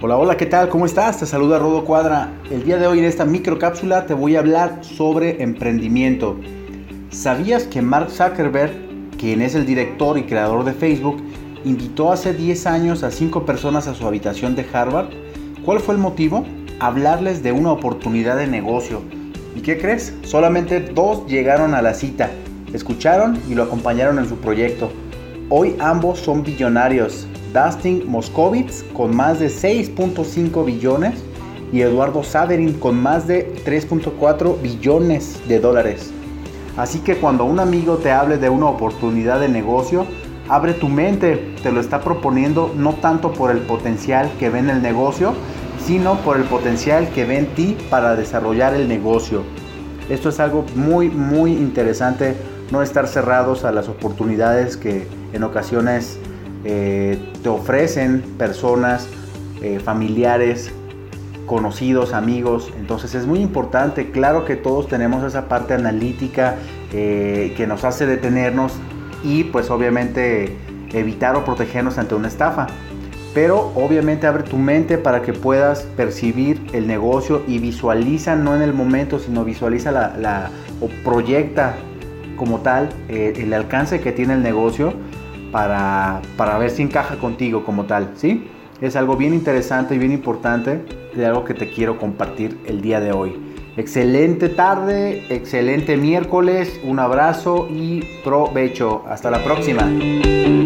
Hola, hola, ¿qué tal? ¿Cómo estás? Te saluda Rodo Cuadra. El día de hoy en esta microcápsula te voy a hablar sobre emprendimiento. ¿Sabías que Mark Zuckerberg, quien es el director y creador de Facebook, invitó hace 10 años a 5 personas a su habitación de Harvard? ¿Cuál fue el motivo? Hablarles de una oportunidad de negocio. ¿Y qué crees? Solamente 2 llegaron a la cita, escucharon y lo acompañaron en su proyecto. Hoy ambos son billonarios. Dustin Moskovitz con más de 6.5 billones y Eduardo Saverin con más de 3.4 billones de dólares. Así que cuando un amigo te hable de una oportunidad de negocio, abre tu mente, te lo está proponiendo no tanto por el potencial que ve en el negocio, sino por el potencial que ve en ti para desarrollar el negocio. Esto es algo muy interesante, no estar cerrados a las oportunidades que en ocasiones te ofrecen personas, familiares, conocidos, amigos. Entonces es muy importante. Claro que todos tenemos esa parte analítica que nos hace detenernos y pues obviamente evitar o protegernos ante una estafa, pero obviamente abre tu mente para que puedas percibir el negocio y visualiza, no en el momento, sino visualiza o proyecta como tal el alcance que tiene el negocio para ver si encaja contigo como tal, ¿sí? Es algo bien interesante y bien importante, de algo que te quiero compartir el día de hoy. Excelente tarde, excelente miércoles, un abrazo y provecho. Hasta la próxima.